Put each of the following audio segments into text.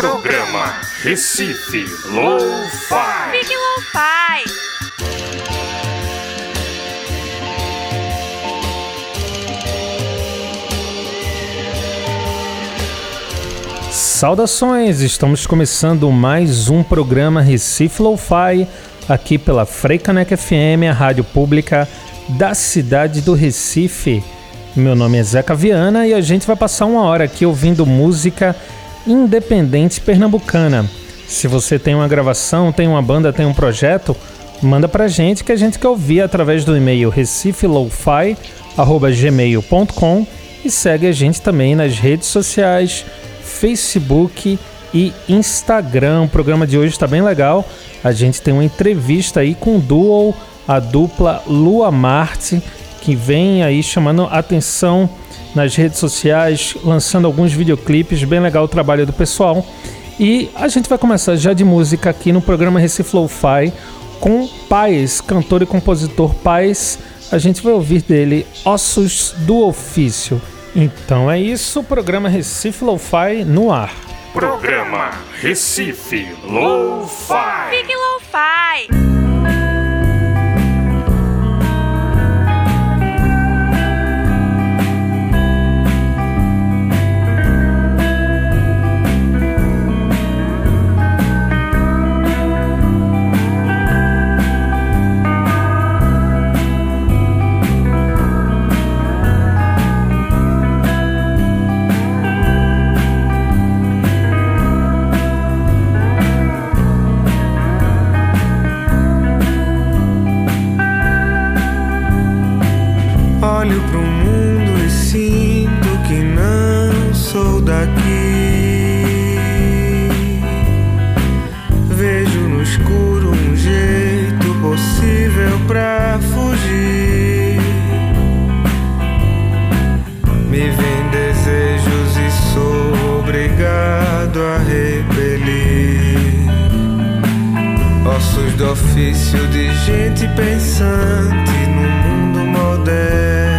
Programa Recife Lo-Fi. Fique Lo-Fi. Saudações, estamos começando mais um programa Recife Lo-Fi, aqui pela Freicaneca FM, a rádio pública da cidade do Recife. Meu nome é Zeca Viana e a gente vai passar uma hora aqui ouvindo música independente pernambucana. Se você tem uma gravação, tem uma banda, tem um projeto, manda pra gente que a gente quer ouvir através do e-mail recifelofi@gmail.com e segue a gente também nas redes sociais, Facebook e Instagram. O programa de hoje está bem legal. A gente tem uma entrevista aí com o duo, a dupla Lua Marte, que vem aí chamando atenção nas redes sociais, lançando alguns videoclipes. Bem legal o trabalho do pessoal. E a gente vai começar já de música aqui no programa Recife Lo-Fi com Paz, cantor e compositor Paz. A gente vai ouvir dele Ossos do Ofício. Então é isso, o programa Recife Lo-Fi no ar. Programa Recife Lo-Fi. Fique Lo-Fi. Olho pro mundo e sinto que não sou daqui. Vejo no escuro um jeito possível pra fugir. Me vem desejos e sou obrigado a repelir. Ossos do ofício de gente pensante no mundo moderno.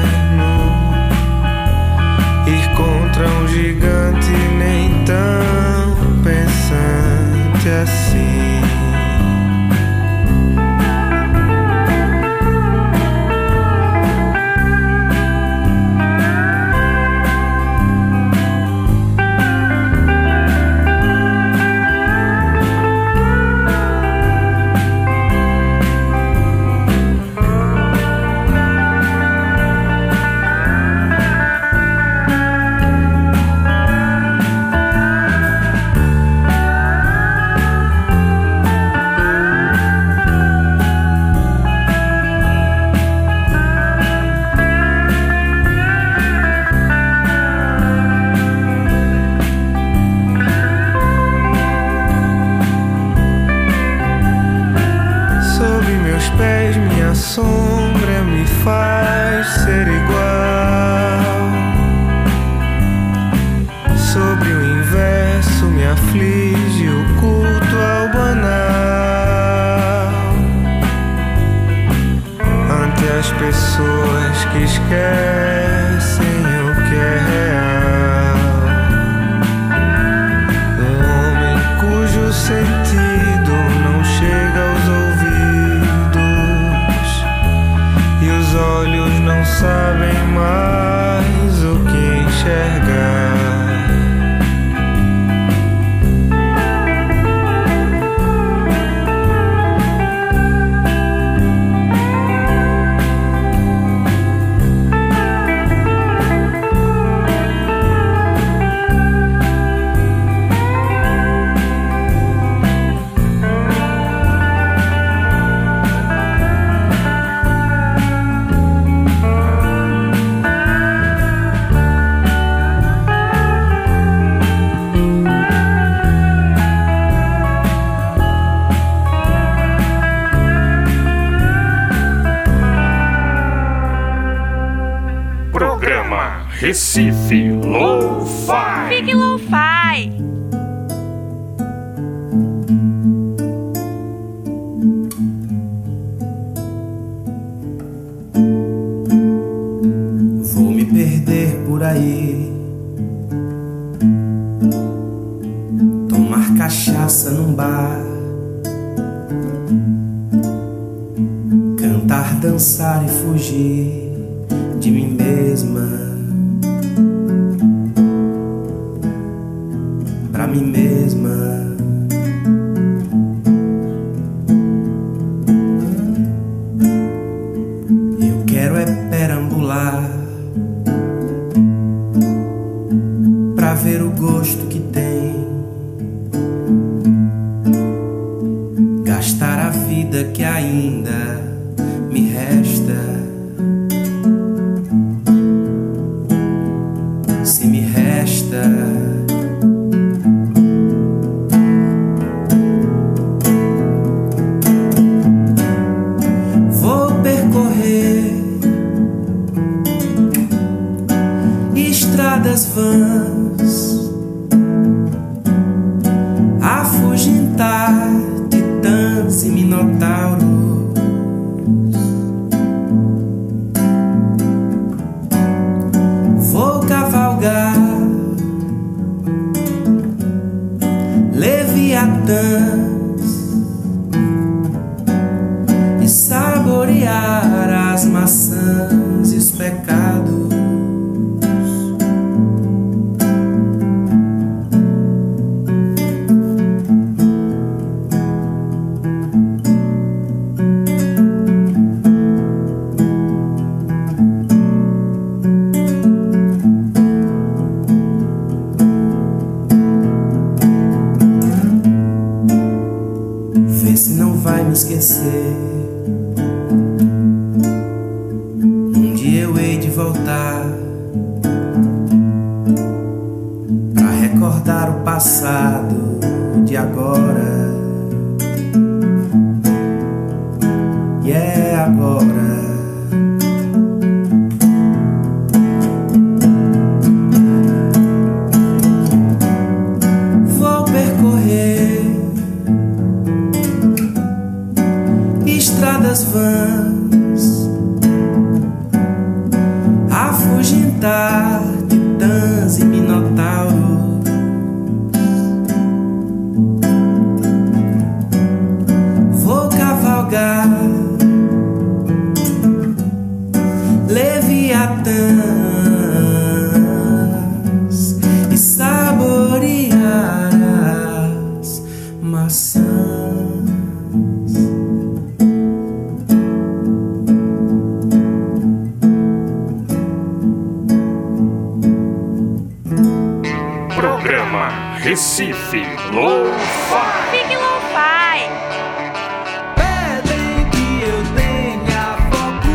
Ir contra um gigante nem tão pensante assim. Sombra me faz ser igual. Sobre o inverso me aflige o culto ao banal. Ante as pessoas que esquecem o que é real. Um homem cujo sentido não chega aos ouvidos. Os olhos não sabem mais o que enxergar. Recife Lo-Fi. Fique Lo-Fi. Vou me perder por aí, tomar cachaça num bar, cantar, dançar e fugir de mim mesma, pra mim mesma. Eu quero é perambular pra ver o gosto que tem, gastar a vida que ainda me resta, se me resta. Vou percorrer estradas vãs, afugentar titãs e minotauros. Vou cavalgar leviatãs e saborear as maçãs e os pecados. Vê se não vai me esquecer. Um dia eu hei de voltar pra recordar o passado de agora. E é agora. Vou percorrer estradas vãs, afugentar titãs e minotauros. Vou cavalgar leviatãs e saborear as maçãs. Programa Recife Lo-Fi. Fique Lo-Fi. Pedem que eu tenha foco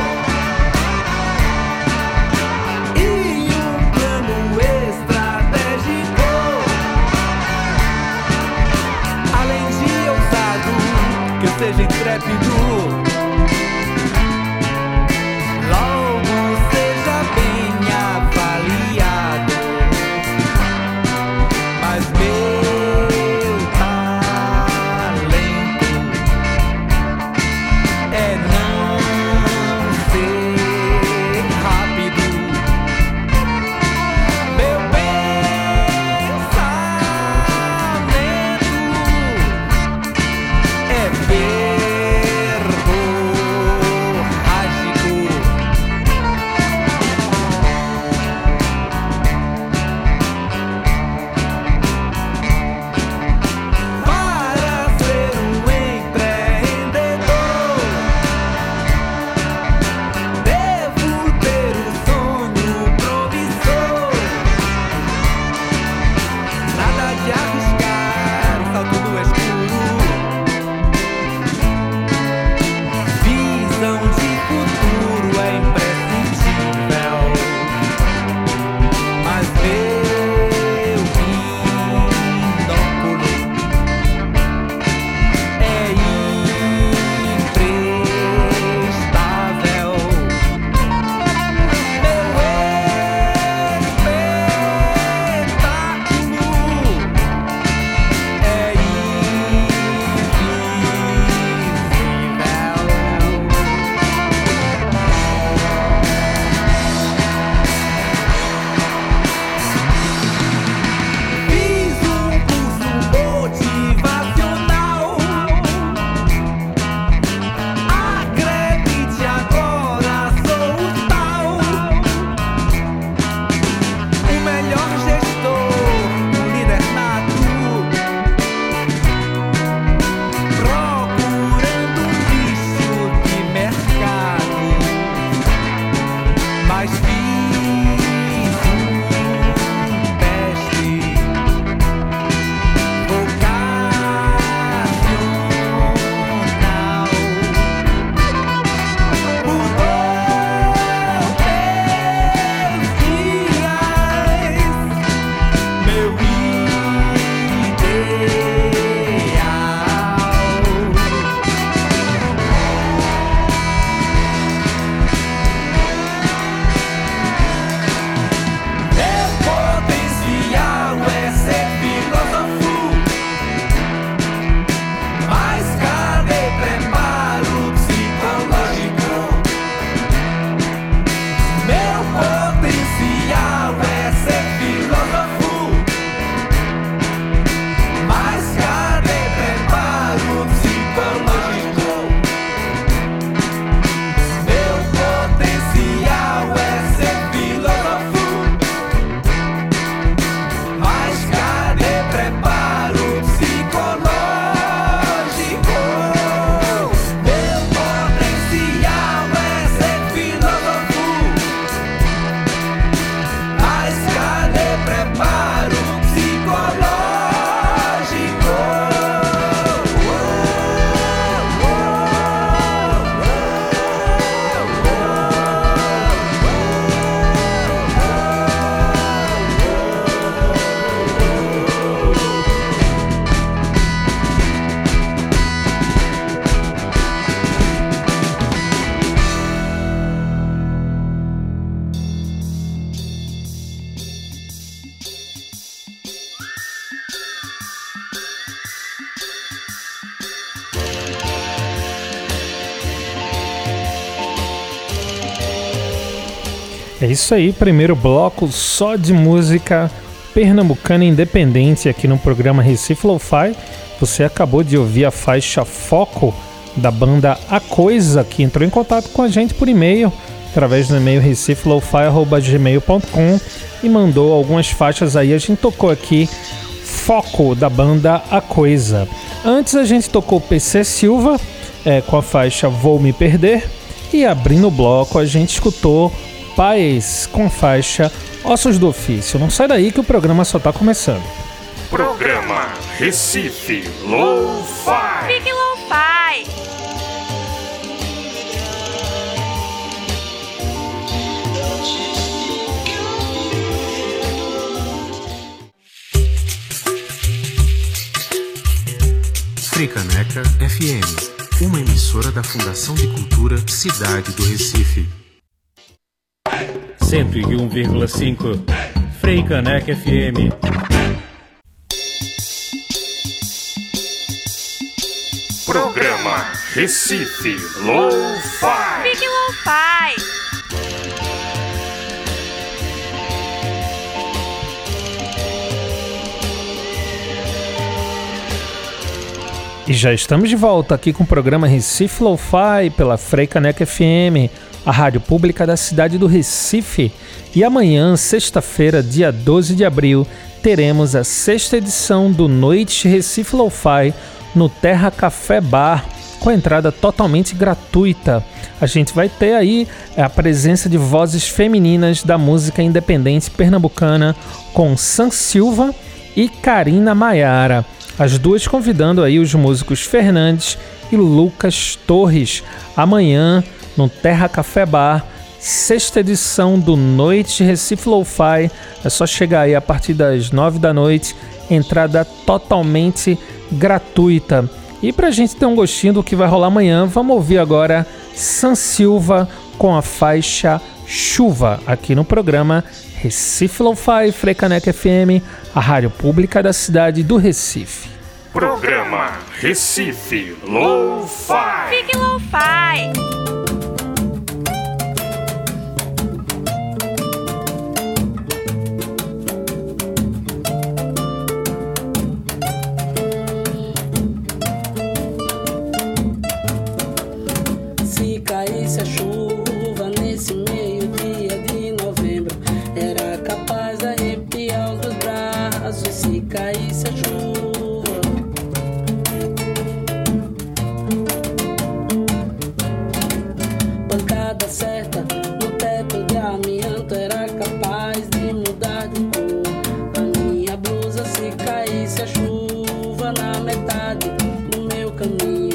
e um plano estratégico, além de ousado, que eu seja intrépido, logo seja bem avaliado. Mas meu talento é não ser rápido. Meu pensamento é ver É isso aí, primeiro bloco só de música pernambucana independente aqui no programa Recife Lo-Fi. Você acabou de ouvir a faixa Foco da banda A Coisa, que entrou em contato com a gente por e-mail, através do e-mail recifelofi@gmail.com, e mandou algumas faixas aí. A gente tocou aqui Foco da banda A Coisa. Antes a gente tocou PC Silva com a faixa Vou Me Perder, e abrindo o bloco a gente escutou Paes com a faixa Ossos do Ofício. Não sai daí que o programa só tá começando. Programa Recife Lo-Fi. Fique Lo-Fi. Freicaneca FM, uma emissora da Fundação de Cultura Cidade do Recife. 101,5 Freicaneca FM. Programa Recife Lo-Fi. Fique Lo-Fi. E já estamos de volta aqui com o programa Recife Lo-Fi pela Freicaneca FM, a rádio pública da cidade do Recife. E amanhã, sexta-feira, dia 12 de abril, teremos a 6ª edição do Noite Recife Lo-Fi no Terra Café Bar, com entrada totalmente gratuita. A gente vai ter aí a presença de vozes femininas da música independente pernambucana, com San Silva e Karina Maiara. As duas convidando aí os músicos Fernandes e Lucas Torres. Amanhã, no Terra Café Bar, 6ª edição do Noite Recife Lo-Fi. É só chegar aí a partir das 9 da noite, entrada totalmente gratuita. E pra gente ter um gostinho do que vai rolar amanhã, vamos ouvir agora San Silva com a faixa Chuva, aqui no programa Recife Lo-Fi, Freicaneca FM, a rádio pública da cidade do Recife. Programa Recife Lo-Fi. Fique Lo-Fi. Se caísse a chuva nesse meio-dia de novembro, era capaz de arrepiar os meus braços. Se caísse a chuva, pancada certa no teto de amianto, era capaz de mudar de cor a minha blusa. Se caísse a chuva na metade do meu caminho,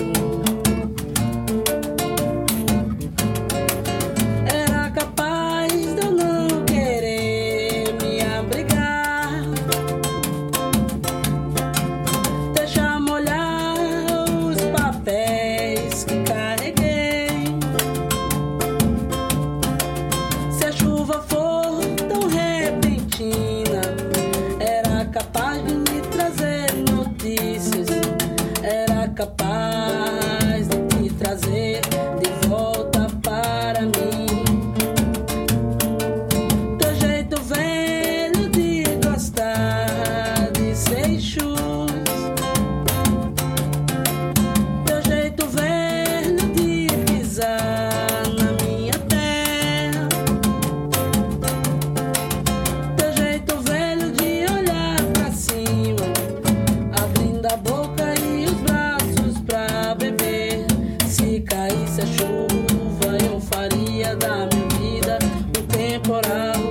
capaz de te trazer de volta para mim. Teu jeito velho de gostar de Seixos, teu jeito velho de pisar na minha terra, teu jeito velho de olhar pra cima, abrindo a boca e os braços pra beber. Se caísse a chuva, eu faria da minha vida um temporal.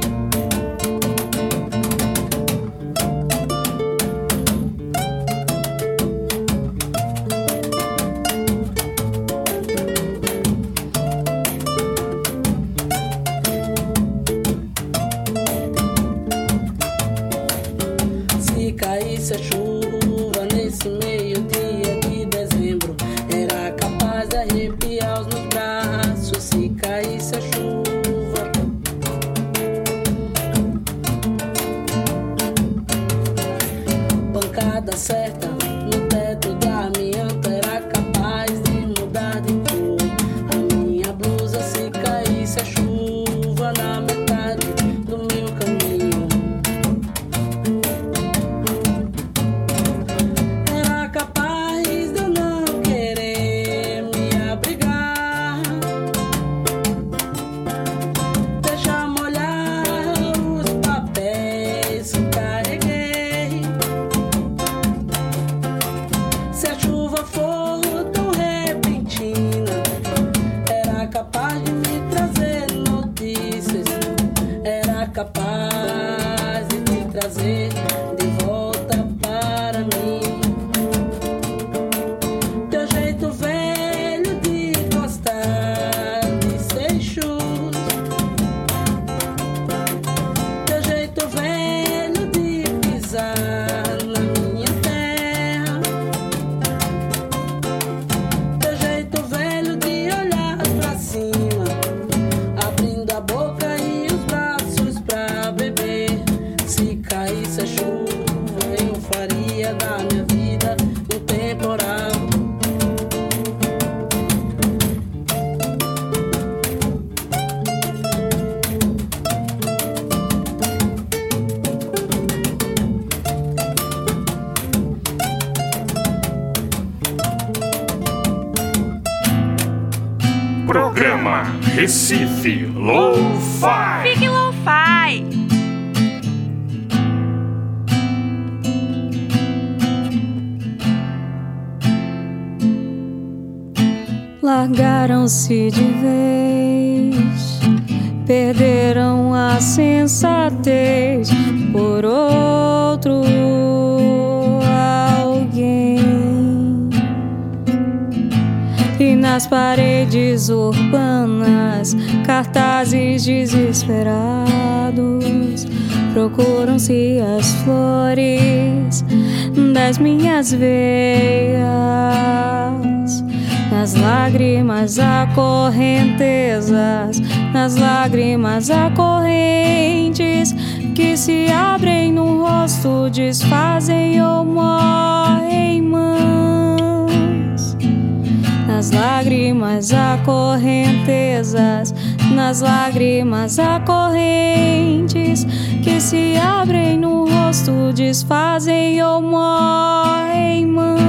Se caísse a chuva nesse meio-dia de dezembro, era capaz de arrepiar os meus braços. Se caísse a chuva, pancada certa no teto da amianto, era capaz de mudar de cor a minha blusa. Se caísse a chuva na metade trazer de volta para mim. Teu jeito velho de gostar de Seixos, teu jeito velho de pisar na minha terra, teu jeito velho de olhar pra cima, abrindo a boca e os braços pra beber. Se caísse a chuva, eu faria da minha vida um temporal. Programa Recife Lo-Fi. Fique Lo-Fi. Largaram-se de vez, perderam a sensatez por outro alguém. E nas paredes urbanas, cartazes desesperados procuram-se as flores das minhas veias. Nas lágrimas há correntezas, nas lágrimas há correntes que se abrem no rosto, desfazem ou morrem mãos. Nas lágrimas há correntezas, nas lágrimas há correntes que se abrem no rosto, desfazem ou morrem mãos.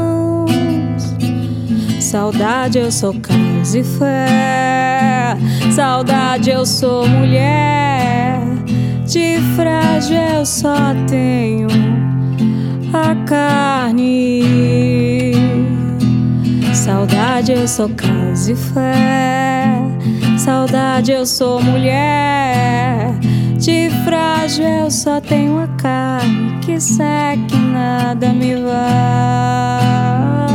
Saudade, eu sou caos e fé. Saudade, eu sou mulher. De frágil eu só tenho a carne. Saudade, eu sou caos e fé. Saudade, eu sou mulher. De frágil eu só tenho a carne que seca e nada me vai.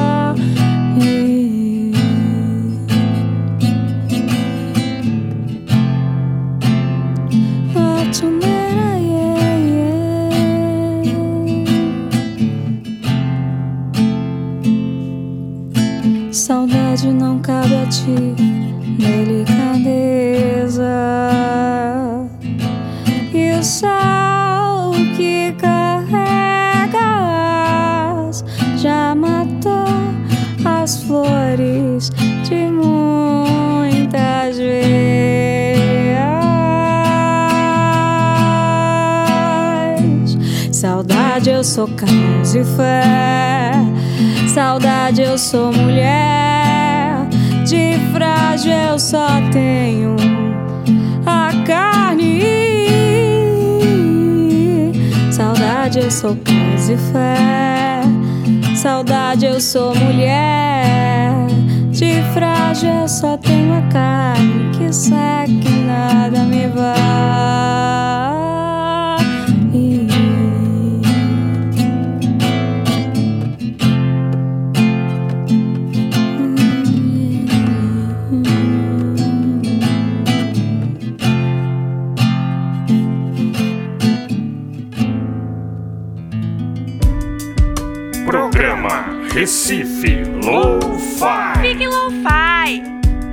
Saudade não cabe a ti, delicadeza. E o sal que carregas já matou as flores de muitas veias. Saudade, eu sou caos e fé. Saudade, eu sou mulher. De frágil eu só tenho a carne. Saudade, eu sou caos e fé. Saudade, eu sou mulher. De frágil eu só tenho a carne que seca e nada me vai. Programa Recife Lo-Fi. Fique Lo-Fi.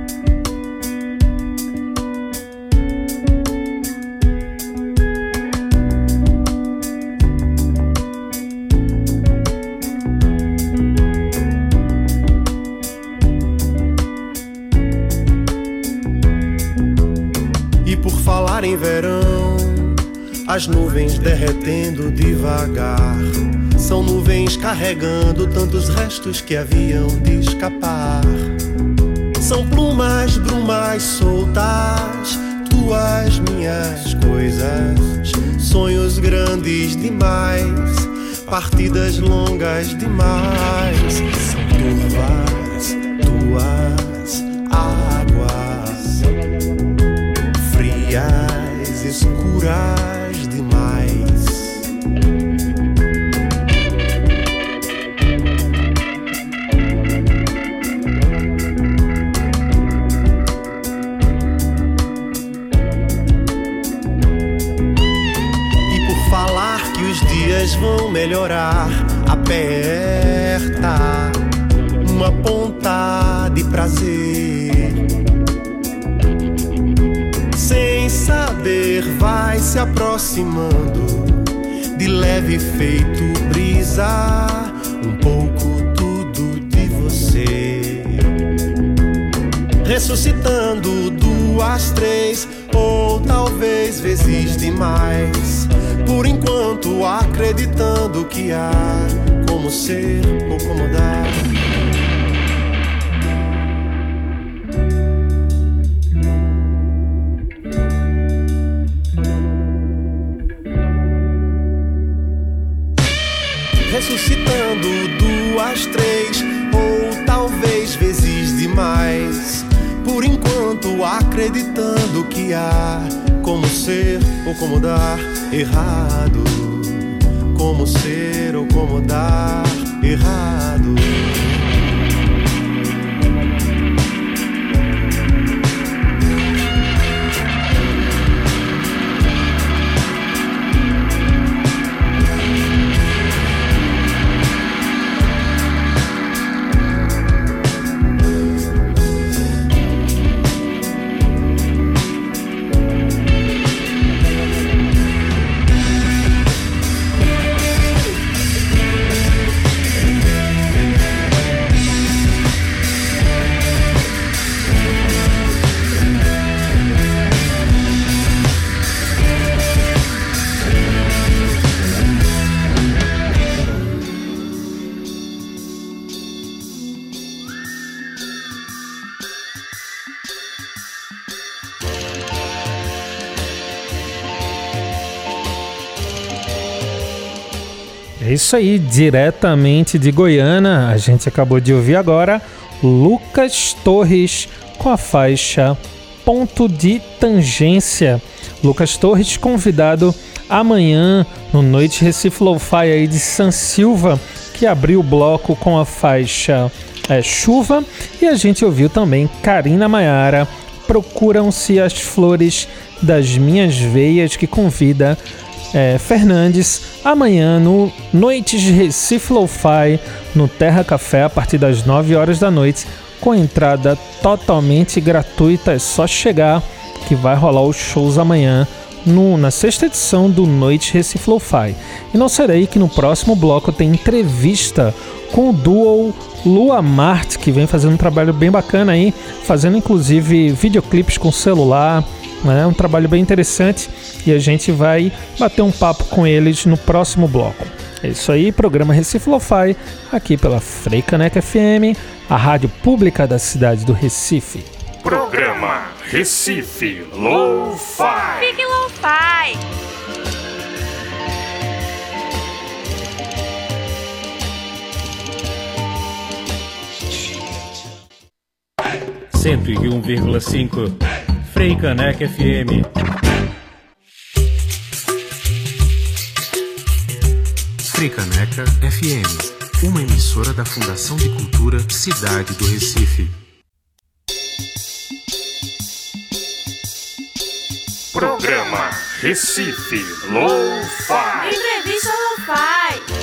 E por falar em verão, as nuvens derretendo devagar. São nuvens carregando tantos restos que haviam de escapar. São plumas, brumas soltas, tuas, minhas coisas. Sonhos grandes demais, partidas longas demais. São turvas, tuas águas, frias, escuras demais. os dias vão melhorar. Aperta uma ponta de prazer, sem saber vai se aproximando, de leve feito brisa, um pouco tudo de você, ressuscitando 2, 3 ou talvez vezes demais, por enquanto acreditando que há como ser ou como dar. Ressuscitando 2, 3 ou talvez vezes demais, por enquanto acreditando que há como ser ou como dar errado, como ser ou como dar errado. É isso aí, diretamente de Goiânia, a gente acabou de ouvir agora Lucas Torres com a faixa Ponto de Tangência. Lucas Torres convidado amanhã no Noite Recife Lo-Fi aí de San Silva, que abriu o bloco com a faixa Chuva, e a gente ouviu também Karina Maiara, Procuram-se as Flores das Minhas Veias, que convida Fernandes amanhã no Noites de Recife Lo-Fi no Terra Café a partir das 9 horas da noite, com entrada totalmente gratuita. É só chegar que vai rolar os shows amanhã na 6ª edição do Noite Recife Lo-Fi. E não serei que no próximo bloco tem entrevista com o duo Lua Marte, que vem fazendo um trabalho bem bacana aí, fazendo inclusive videoclipes com celular. É um trabalho bem interessante e a gente vai bater um papo com eles no próximo bloco. É isso aí, programa Recife Lo-Fi, aqui pela Freicaneca FM, a rádio pública da cidade do Recife. Programa Recife Lo-Fi. Fique Lo-Fi. Cento e 1,5 Freicaneca FM. Freicaneca FM, uma emissora da Fundação de Cultura Cidade do Recife. Programa Recife Lo-Fi. Entrevista Lo-Fi.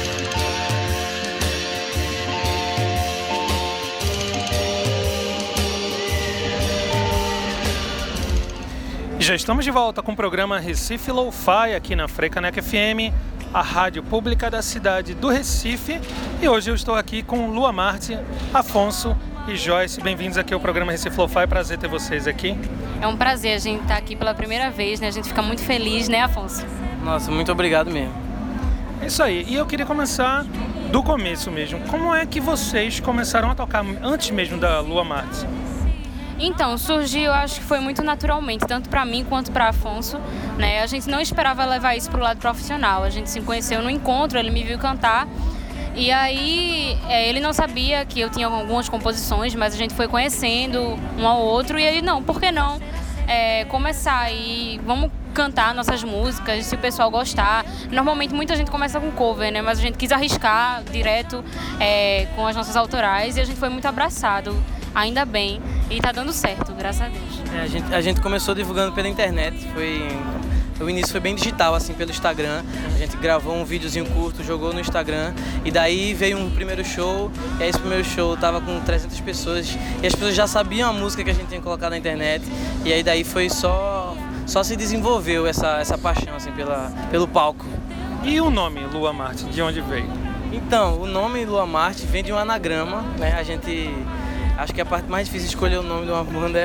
Já estamos de volta com o programa Recife Lo-Fi aqui na Freicaneca FM, a rádio pública da cidade do Recife. E hoje eu estou aqui com Lua Marte, Afonso e Joyce. Bem-vindos aqui ao programa Recife Lo-Fi. Prazer ter vocês aqui. É um prazer a gente estar aqui pela primeira vez, né? A gente fica muito feliz, né, Afonso? Nossa, muito obrigado mesmo. É isso aí. E eu queria começar do começo mesmo. Como é que vocês começaram a tocar antes mesmo da Lua Marte? Então, surgiu, eu acho que foi muito naturalmente, tanto para mim quanto para Afonso, né? A gente não esperava levar isso para o lado profissional. A gente se conheceu no encontro, ele me viu cantar. E aí, ele não sabia que eu tinha algumas composições, mas a gente foi conhecendo um ao outro. E ele, não, por que não começar e vamos cantar nossas músicas, se o pessoal gostar. Normalmente muita gente começa com cover, né? Mas a gente quis arriscar direto com as nossas autorais e a gente foi muito abraçado, ainda bem. E tá dando certo, graças a Deus. A gente começou divulgando pela internet, o início foi bem digital, assim, pelo Instagram. A gente gravou um videozinho curto, jogou no Instagram e daí veio um primeiro show. E aí esse primeiro show tava com 300 pessoas e as pessoas já sabiam a música que a gente tinha colocado na internet. E aí daí foi só se desenvolveu essa paixão, assim, pelo palco. E o nome Lua Marte, de onde veio? Então, o nome Lua Marte vem de um anagrama, né? A gente... Acho que a parte mais difícil de escolher o nome de uma banda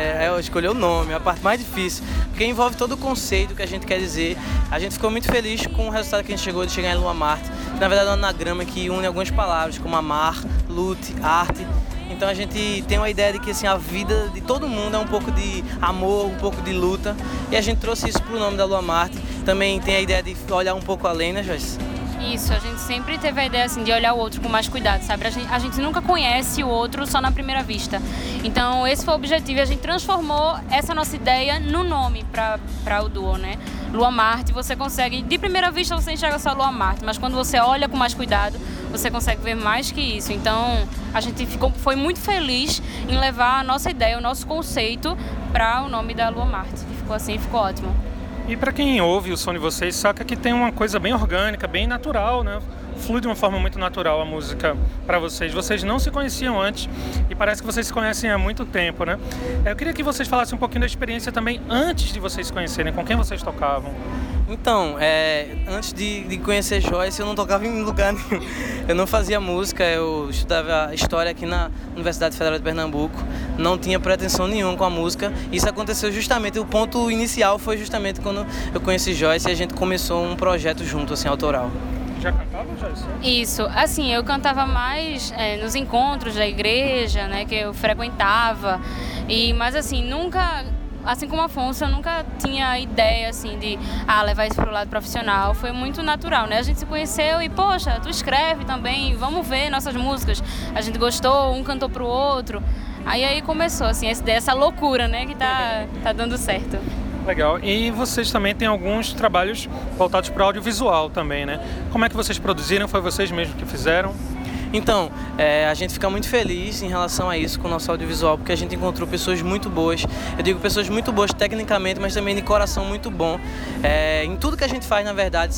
é escolher o nome, a parte mais difícil, porque envolve todo o conceito que a gente quer dizer. A gente ficou muito feliz com o resultado que a gente chegou de chegar em Lua Marte. Na verdade é um anagrama que une algumas palavras, como amar, lute, arte. Então a gente tem uma ideia de que assim, a vida de todo mundo é um pouco de amor, um pouco de luta. E a gente trouxe isso pro nome da Lua Marte. Também tem a ideia de olhar um pouco além, né, Joyce? Isso, a gente sempre teve a ideia assim, de olhar o outro com mais cuidado, sabe? A gente nunca conhece o outro só na primeira vista. Então esse foi o objetivo e a gente transformou essa nossa ideia no nome para o duo, né? Lua Marte, você consegue, de primeira vista você enxerga só Lua Marte, mas quando você olha com mais cuidado, você consegue ver mais que isso. Então a gente foi muito feliz em levar a nossa ideia, o nosso conceito para o nome da Lua Marte. E ficou assim, ficou ótimo. E para quem ouve o som de vocês, saca que tem uma coisa bem orgânica, bem natural, né? Flui de uma forma muito natural a música para vocês. Vocês não se conheciam antes e parece que vocês se conhecem há muito tempo, né? Eu queria que vocês falassem um pouquinho da experiência também antes de vocês se conhecerem, com quem vocês tocavam. Então, antes de conhecer Joyce, eu não tocava em lugar nenhum. Eu não fazia música, eu estudava História aqui na Universidade Federal de Pernambuco. Não tinha pretensão nenhuma com a música. Isso aconteceu justamente, o ponto inicial foi justamente quando eu conheci Joyce e a gente começou um projeto junto, assim, autoral. Já cantava, Joyce? Isso, assim, eu cantava mais nos encontros da igreja, né, que eu frequentava. Mas assim, nunca... Assim como Afonso, eu nunca tinha ideia, assim, de levar isso pro lado profissional. Foi muito natural, né? A gente se conheceu e, poxa, tu escreve também, vamos ver nossas músicas. A gente gostou, um cantou pro outro. Aí começou, assim, essa loucura, né? Que tá dando certo. Legal. E vocês também têm alguns trabalhos voltados para o audiovisual também, né? Como é que vocês produziram? Foi vocês mesmos que fizeram? Então, a gente fica muito feliz em relação a isso com o nosso audiovisual, porque a gente encontrou pessoas muito boas. Eu digo pessoas muito boas tecnicamente, mas também de coração muito bom. Em tudo que a gente faz, na verdade,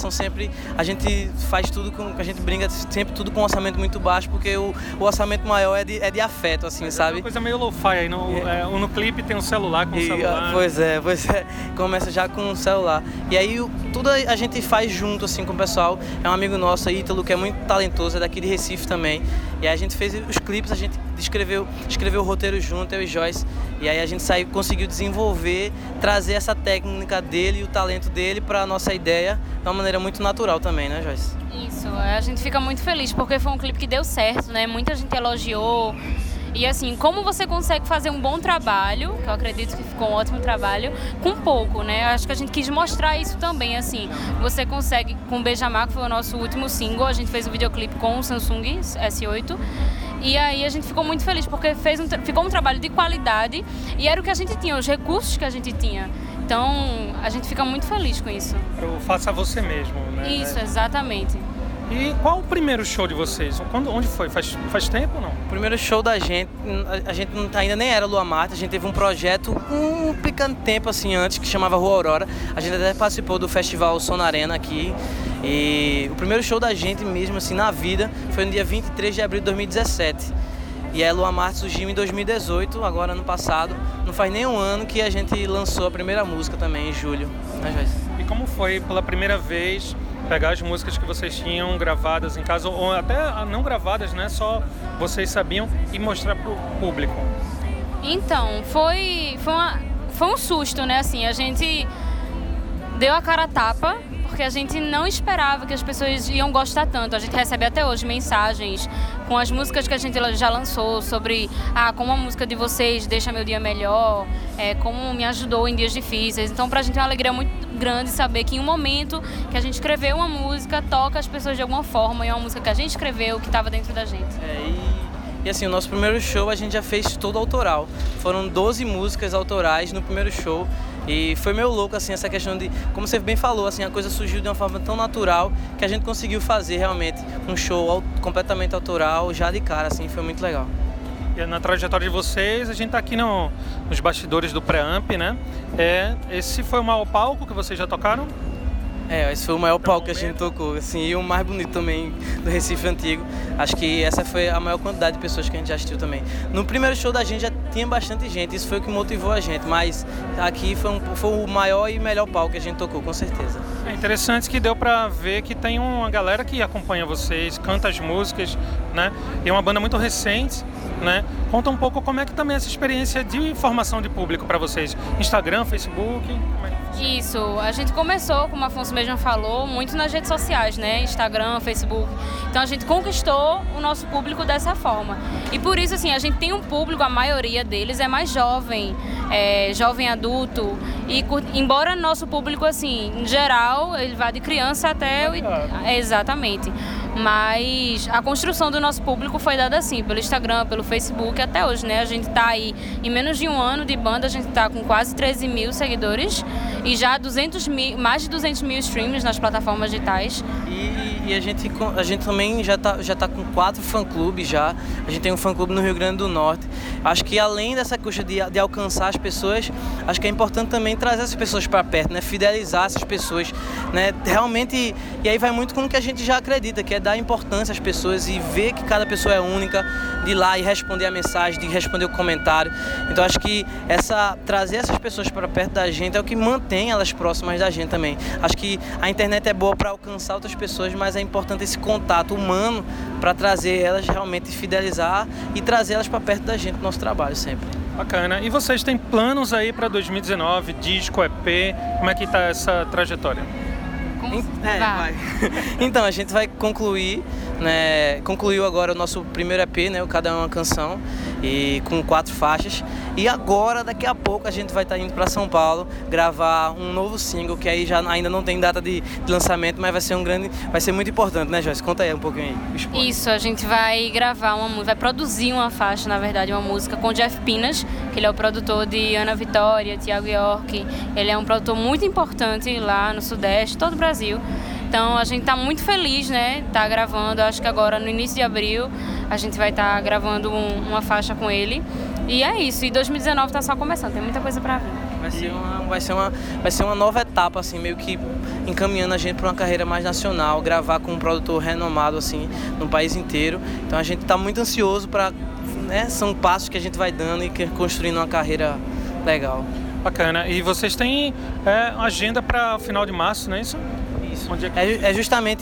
a gente faz tudo a gente brinca sempre tudo com um orçamento muito baixo, porque o orçamento maior é de afeto, assim, sabe? É uma coisa meio lo-fi aí, no clipe tem um celular com celular. Pois é, começa já com um celular. E aí tudo a gente faz junto, assim, com o pessoal. É um amigo nosso aí, Ítalo, que é muito talentoso, é daqui de Recife também. E aí a gente fez os clipes, a gente escreveu o roteiro junto, eu e Joyce. E aí a gente conseguiu desenvolver, trazer essa técnica dele e o talento dele para a nossa ideia de uma maneira muito natural também, né, Joyce? Isso, a gente fica muito feliz porque foi um clipe que deu certo, né? Muita gente elogiou. E assim, como você consegue fazer um bom trabalho, que eu acredito que ficou um ótimo trabalho, com pouco, né? Acho que a gente quis mostrar isso também, assim. Você consegue, com Beijamar, que foi o nosso último single, a gente fez um videoclipe com o Samsung S8. E aí a gente ficou muito feliz, porque ficou um trabalho de qualidade e era o que a gente tinha, os recursos que a gente tinha. Então, a gente fica muito feliz com isso. Faça você mesmo, né? Isso, exatamente. E qual o primeiro show de vocês? Onde foi? Faz tempo ou não? O primeiro show da gente, a gente ainda nem era Lua Marte, a gente teve um projeto um pequeno tempo assim antes, que chamava Rua Aurora. A gente até participou do festival Som na Arena aqui. E o primeiro show da gente mesmo, assim, na vida, foi no dia 23 de abril de 2017. E a Lua Marte surgiu em 2018, agora ano passado. Não faz nem um ano que a gente lançou a primeira música também, em julho. Né, Joyce? E como foi pela primeira vez pegar as músicas que vocês tinham gravadas em casa, ou até não gravadas, né? Só vocês sabiam, e mostrar pro público? Então, foi um susto, né? Assim, a gente deu a cara a tapa, porque a gente não esperava que as pessoas iam gostar tanto. A gente recebe até hoje mensagens com as músicas que a gente já lançou sobre como a música de vocês deixa meu dia melhor, como me ajudou em dias difíceis. Então, pra gente é uma alegria muito grande saber que em um momento que a gente escreveu uma música, toca as pessoas de alguma forma, e é uma música que a gente escreveu, que estava dentro da gente. E assim, o nosso primeiro show a gente já fez todo autoral. Foram 12 músicas autorais no primeiro show. E foi meio louco, assim, essa questão de, como você bem falou, assim, a coisa surgiu de uma forma tão natural que a gente conseguiu fazer realmente um show completamente autoral, já de cara, assim, foi muito legal. na trajetória de vocês, a gente está aqui nos bastidores do Preamp, né? Esse foi o maior palco que vocês já tocaram? Esse foi o maior palco que a gente tocou, assim, e o mais bonito também do Recife Antigo. Acho que essa foi a maior quantidade de pessoas que a gente já assistiu também. No primeiro show da gente já tinha bastante gente, isso foi o que motivou a gente, mas aqui foi o maior e melhor palco que a gente tocou, com certeza. É interessante que deu pra ver que tem uma galera que acompanha vocês, canta as músicas, né? E é uma banda muito recente, né? Conta um pouco como é que também essa experiência de formação de público para vocês. Instagram, Facebook, como é que... Isso, a gente começou, como o Afonso mesmo falou, muito nas redes sociais, né? Instagram, Facebook. Então a gente conquistou o nosso público dessa forma. E por isso, assim, a gente tem um público, a maioria deles é mais jovem, jovem adulto. E embora nosso público, assim, em geral, ele vai de criança até... Exatamente. Mas a construção do nosso público foi dada assim, pelo Instagram, pelo Facebook, até hoje, né? A gente tá aí, em menos de um ano de banda, a gente tá com quase 13 mil seguidores e já mais de 200 mil streams nas plataformas digitais. E a gente também já tá com 4 fã-clubes já. A gente tem um fã-clube no Rio Grande do Norte. Acho que além dessa coisa de alcançar as pessoas, acho que é importante também trazer essas pessoas para perto, né? Fidelizar essas pessoas, né? Realmente, e aí vai muito com o que a gente já acredita, que é dar importância às pessoas e ver que cada pessoa é única, de ir lá e responder a mensagem, de responder o comentário. Então acho que trazer essas pessoas para perto da gente é o que mantém elas próximas da gente também. Acho que a internet é boa para alcançar outras pessoas, mas é importante esse contato humano para trazer elas, realmente fidelizar e trazer elas para perto da gente no nosso trabalho sempre. Bacana. E vocês têm planos aí para 2019, disco, EP? Como é que tá essa trajetória? Vai. Então, a gente vai concluir, né? Concluiu agora o nosso primeiro EP, né? O Cada Uma Canção, e com 4 faixas. E agora, daqui a pouco, a gente vai estar indo para São Paulo gravar um novo single, que aí ainda não tem data de lançamento, mas vai ser muito importante, né, Joyce? Conta aí um pouquinho aí. Isso, a gente vai gravar vai produzir uma faixa, na verdade, uma música com Jeff Pinas, que ele é o produtor de Ana Vitória, Thiago York. Ele é um produtor muito importante lá no Sudeste, todo o Brasil. Então a gente está muito feliz, né? Tá gravando, acho que agora no início de abril a gente vai estar gravando uma faixa com ele. E é isso, e 2019 está só começando, tem muita coisa para vir. Vai ser uma nova etapa, assim, meio que encaminhando a gente para uma carreira mais nacional, gravar com um produtor renomado, assim, no país inteiro. Então a gente está muito ansioso para, né, são passos que a gente vai dando e construindo uma carreira legal. Bacana. E vocês têm agenda para o final de março, não é isso? É justamente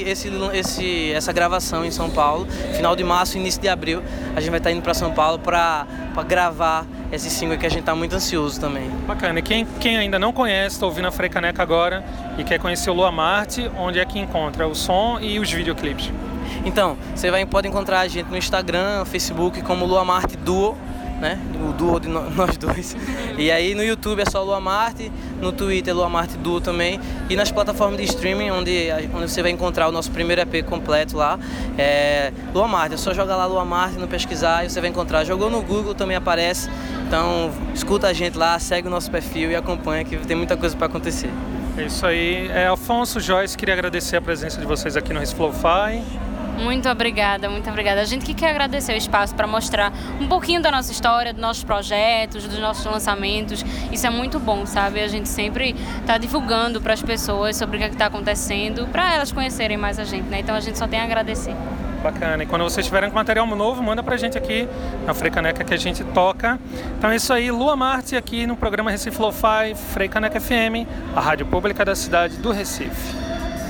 essa gravação em São Paulo, final de março, início de abril. A gente vai estar indo para São Paulo para gravar esse single que a gente está muito ansioso também. Bacana. E quem ainda não conhece, está ouvindo a Frei Caneca agora e quer conhecer o Lua Marte, onde é que encontra o som e os videoclipes? Então, você pode encontrar a gente no Instagram, Facebook como Lua Marte Duo, né? O duo de nós dois. E aí no YouTube é só Lua Marte, no Twitter Lua Marte Duo também, e nas plataformas de streaming onde você vai encontrar o nosso primeiro EP completo lá, Lua Marte. É só jogar lá Lua Marte, não pesquisar e você vai encontrar. Jogou no Google, também aparece. Então escuta a gente lá, segue o nosso perfil e acompanha, que tem muita coisa para acontecer. É isso aí. Alfonso, Joyce, queria agradecer a presença de vocês aqui no Recife Lo-Fi. Muito obrigada, muito obrigada. A gente que quer agradecer o espaço para mostrar um pouquinho da nossa história, dos nossos projetos, dos nossos lançamentos. Isso é muito bom, sabe? A gente sempre está divulgando para as pessoas sobre o que está acontecendo, para elas conhecerem mais a gente, né? Então a gente só tem a agradecer. Bacana. E quando vocês tiverem com material novo, manda pra gente aqui na Frei Caneca que a gente toca. Então é isso aí, Lua Marte aqui no programa Recife Lo-Fi, Frei Caneca FM, a rádio pública da cidade do Recife.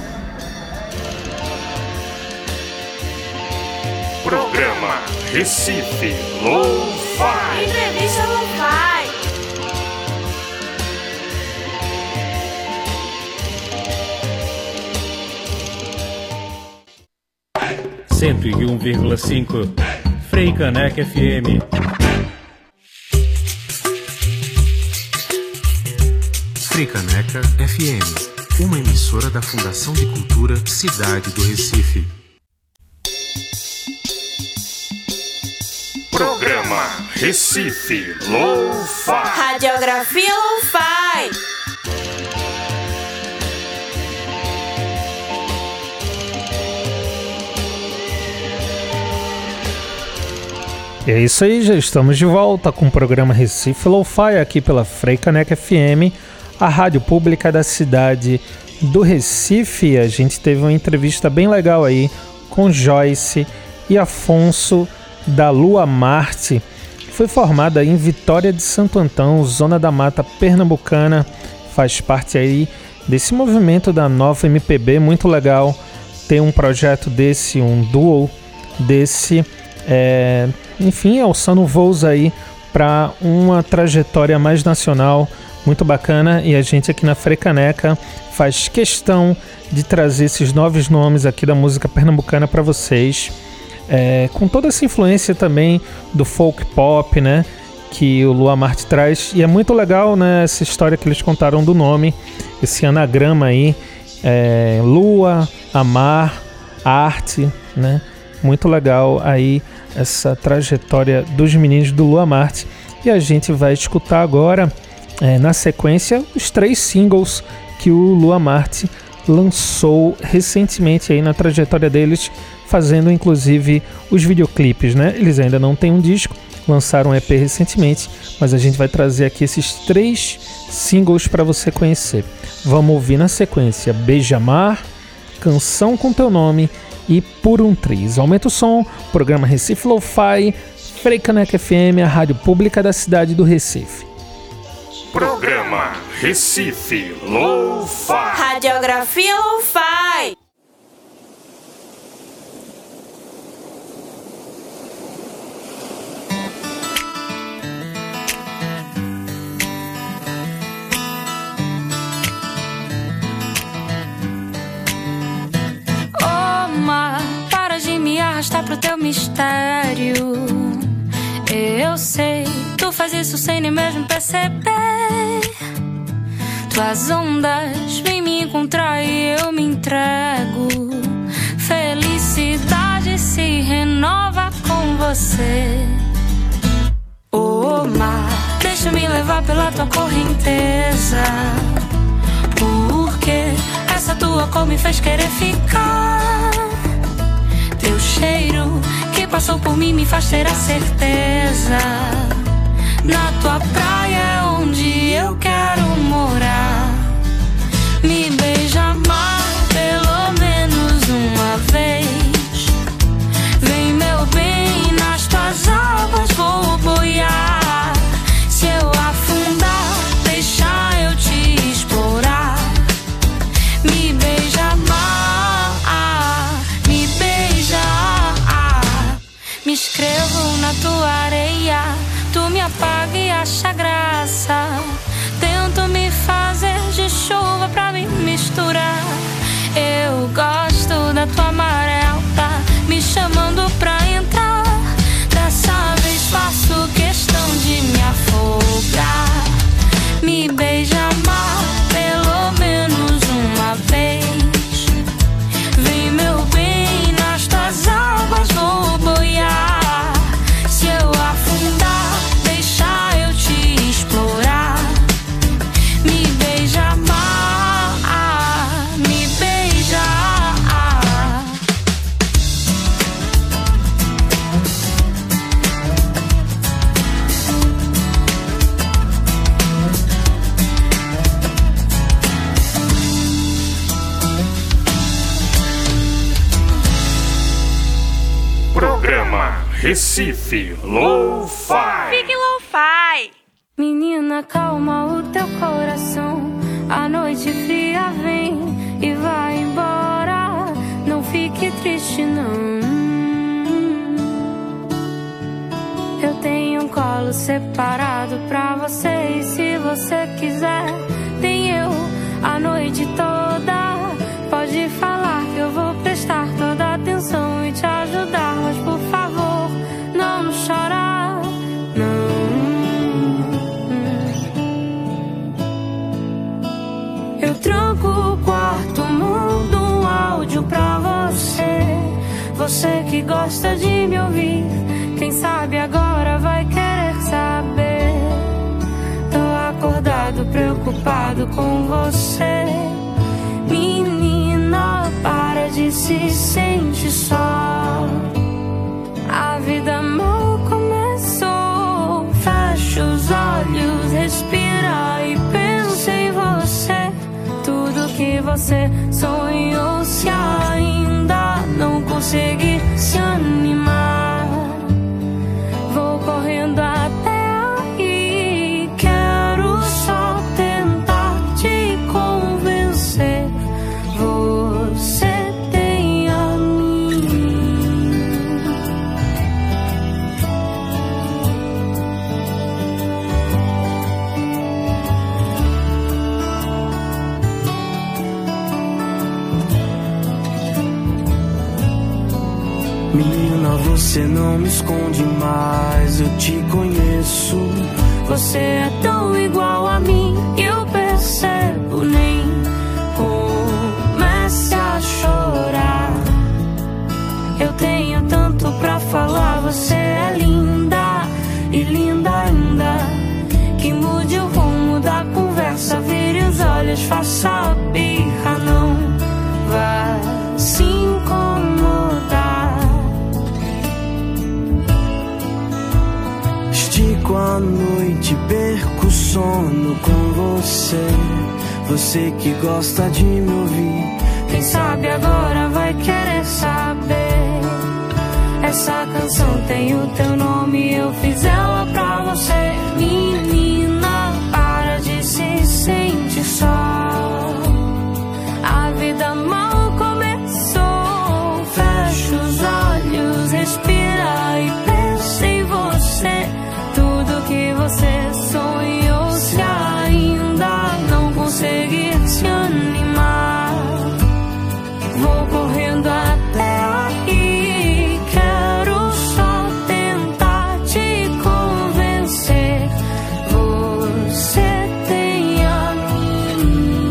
Programa Recife Lo-Fi. Entrevista Lo-Fi. Cento e 1,5 Frei Caneca FM. Frei Caneca FM, uma emissora da Fundação de Cultura Cidade do Recife. Programa Recife Lo-Fi. Radiografia Lo-Fi. E é isso aí, já estamos de volta com o programa Recife Lo-Fi aqui pela Freicaneca FM, a rádio pública da cidade do Recife. A gente teve uma entrevista bem legal aí com Joyce e Afonso da Lua Marte. Foi formada em Vitória de Santo Antão, Zona da Mata Pernambucana. Faz parte aí desse movimento da nova MPB, muito legal ter um projeto desse, um duo desse, enfim, alçando voos aí para uma trajetória mais nacional, muito bacana. E a gente aqui na Freicaneca faz questão de trazer esses novos nomes aqui da música pernambucana para vocês, com toda essa influência também do folk pop, né, que o Lua Marte traz. E é muito legal, né, essa história que eles contaram do nome, esse anagrama aí, Lua, Amar, Arte, né? Muito legal aí essa trajetória dos meninos do Lua Marte. E a gente vai escutar agora, na sequência, os 3 singles que o Lua Marte lançou recentemente aí na trajetória deles, fazendo inclusive os videoclipes, né? Eles ainda não têm um disco, lançaram um EP recentemente, mas a gente vai trazer aqui esses 3 singles para você conhecer. Vamos ouvir na sequência Beija-Mar, Canção com Teu Nome e Por um Triz. Aumenta o som, programa Recife Lo-Fi, Freicaneca FM, a rádio pública da cidade do Recife. Programa Recife Lo-Fi. Radiografia Lo-Fi. Para de me arrastar pro teu mistério. Eu sei, tu faz isso sem nem mesmo perceber. Tuas ondas vêm me encontrar e eu me entrego. Felicidade se renova com você. Oh mar, deixa-me levar pela tua correnteza. Porque essa tua cor me fez querer ficar. Teu cheiro que passou por mim me faz ter a certeza. Na tua praia é onde eu quero morar. Me beija, mar, pelo menos uma vez. Vem, meu bem, nas tuas águas vou boiar. Se eu afundar, deixa eu te explorar. Me beija, mar, me beija. Me escrevo na tua areia, tu me apaga e acha graça. Tento me fazer de chuva pra me misturar. Eu gosto da tua maré alta, me chamando pra entrar. Dessa vez faço questão de me afogar. Me beija, mar, pelo menos uma vez. Vem, meu bem, nas tuas águas vou boiar. Se eu afundar, deixa eu te explorar. Me beija, mar, me beija. Programa Recife Lo-Fi. Fique Lo-Fi. Menina, calma o teu coração. A noite fria vem e vai embora. Não fique triste, não. Eu tenho um colo separado pra você. E se você quiser, tem eu a noite toda. Pode falar que eu vou prestar toda atenção e te ajudar. Mas por favor, não chora, não. Eu tranco o quarto, mudo um áudio pra você. Você que gosta de me ouvir, quem sabe agora vai querer saber. Tô acordado, preocupado com você. Menina, para de se sentir só. A vida mal começa. você sonhou, se ainda não conseguir se animar. Vou correndo até aí, quero só tentar te convencer. Você tem a mim. Menina, você não me esconde mais, eu te conheço. Você é tão igual a mim, eu percebo, nem comece a chorar. Eu tenho tanto pra falar, você é linda e linda ainda. Que mude o rumo da conversa, vire os olhos, faça a birra, não vá se incomodar. Estico a noite, perco o sono com você. Você que gosta de me ouvir, quem sabe agora vai querer saber. Essa canção tem o teu nome, eu fiz ela pra você. Menina, para de se sentir só. A vida mal começou. Fecha os olhos, respira e pensa em você. Tudo que você sonhou, se ainda não conseguir se animar. Vou correndo até aí, quero só tentar te convencer. Você tem a mim.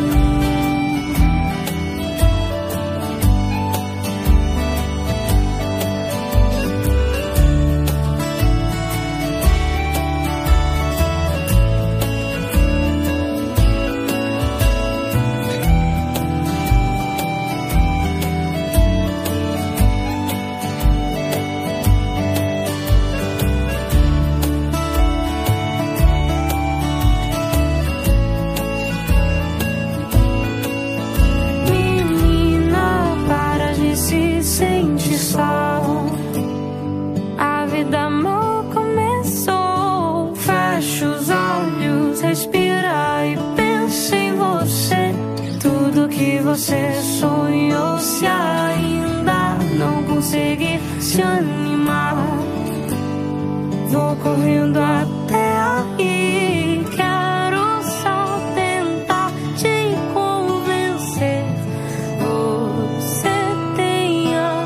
Menina, para de se sentir só. A vida mal começou. Fecha os olhos, respira e pensa em você. Tudo que você sonhou, se ainda não conseguir se animar. Vou correndo até aí, quero só tentar te convencer. Você tem a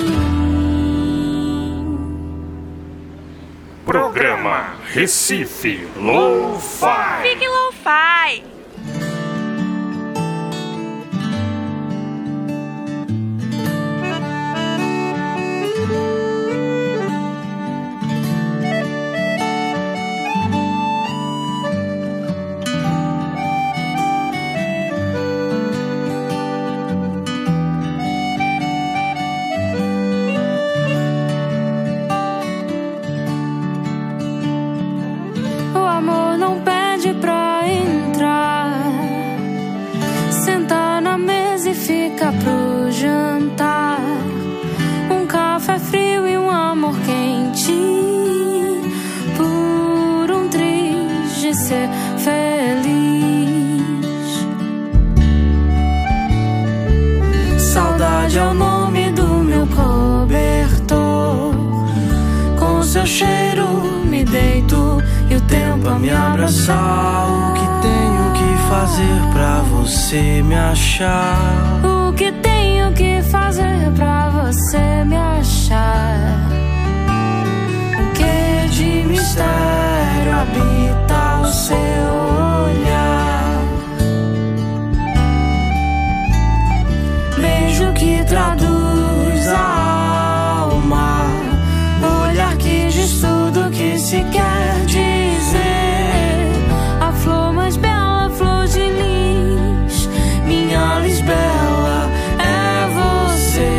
mim. Programa Recife Lo-Fi. Fique Lo-Fi. O amor não pede pra entrar. Senta na mesa e fica pro jantar. Um café frio e um amor quente. Por um triz de ser feliz. Saudade é o nome do meu cobertor. Com seu cheiro me deito e o tempo a me abraçar. O que tenho que fazer pra você me achar? O que tenho que fazer pra você me achar? O que de mistério habita o seu olhar? Beijo que traduz a alma, olhar que diz tudo que se quer dizer. A flor mais bela, flor de lis, minha lis bela é você.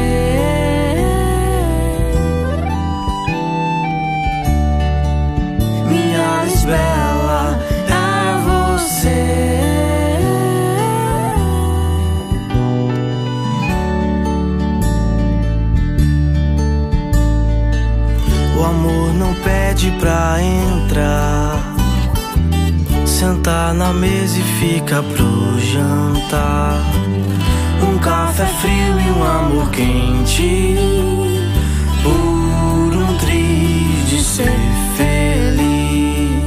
Minha lis bela é você. pede pra entrar, sentar na mesa e fica pro jantar. Um café frio e um amor quente, por um triz de ser feliz.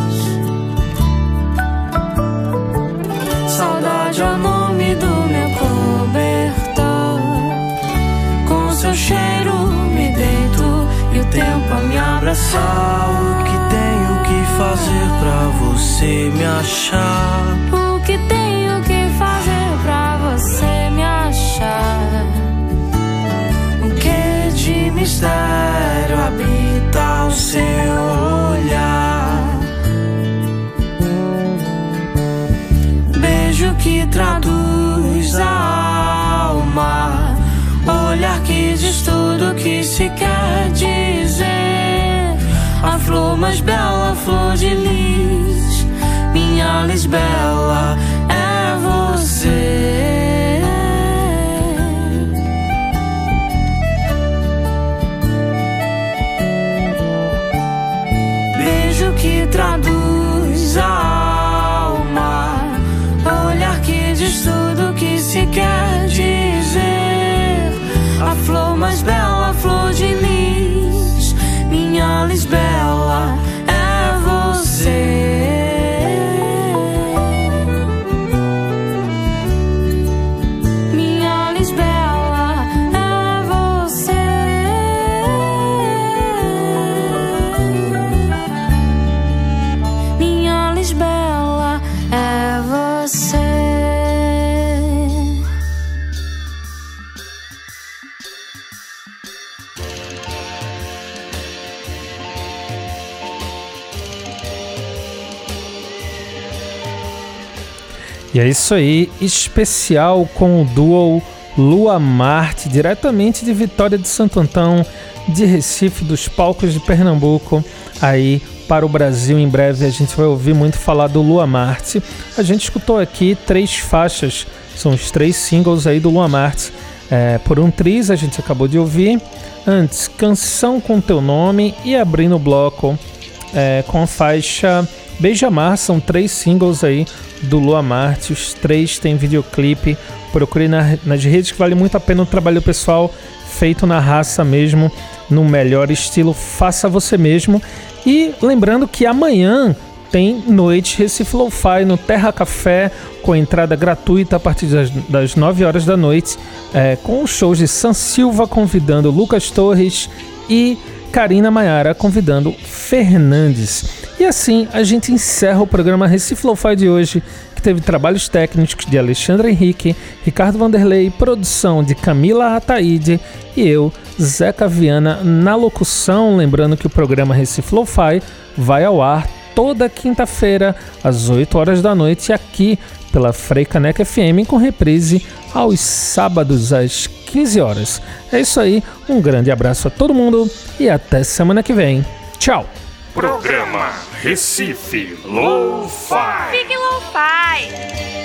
Saudade é o nome do meu cobertor, com seu cheiro me deito e o tempo a me abraçar. O que tenho que fazer pra você me achar? O que tenho que fazer pra você me achar? O que de mistério habita o seu olhar? Beijo que traduz a alma, olhar que diz tudo que se quer dizer. A flor mais bela, flor de lis, minha Lisbela, é você. Beijo que traduz a alma, olhar que diz tudo que se quer dizer. A flor mais bela, flor de lis, minha Lisbela, é você. Minha Lisbela, é você. Minha Lisbela, é você. E é isso aí, especial com o duo Lua Marte, diretamente de Vitória de Santo Antão, de Recife, dos palcos de Pernambuco, aí para o Brasil. Em breve a gente vai ouvir muito falar do Lua Marte. A gente escutou aqui 3 faixas, são os 3 singles aí do Lua Marte. Por um Triz a gente acabou de ouvir, antes Canção com Teu Nome, e abrindo o bloco com a faixa Beija-Mar. São 3 singles aí do Lua Marte, os 3 têm videoclipe. Procure nas redes, que vale muito a pena o trabalho pessoal, feito na raça mesmo, no melhor estilo, faça você mesmo. E lembrando que amanhã tem Noite Recife Lo-Fi no Terra Café, com entrada gratuita a partir das 9 horas da noite, com os shows de San Silva convidando Lucas Torres e Karina Maiara convidando Fernandes. E assim a gente encerra o programa Recife Lo-Fi de hoje, que teve trabalhos técnicos de Alexandre Henrique, Ricardo Vanderlei, produção de Camila Ataíde e eu, Zeca Viana, na locução. Lembrando que o programa Recife Lo-Fi vai ao ar toda quinta-feira às 8 horas da noite aqui pela Freicaneca FM, com reprise aos sábados às 15 horas. É isso aí, um grande abraço a todo mundo e até semana que vem. Tchau! Programa Recife Lo-Fi. Fique Lo-Fi.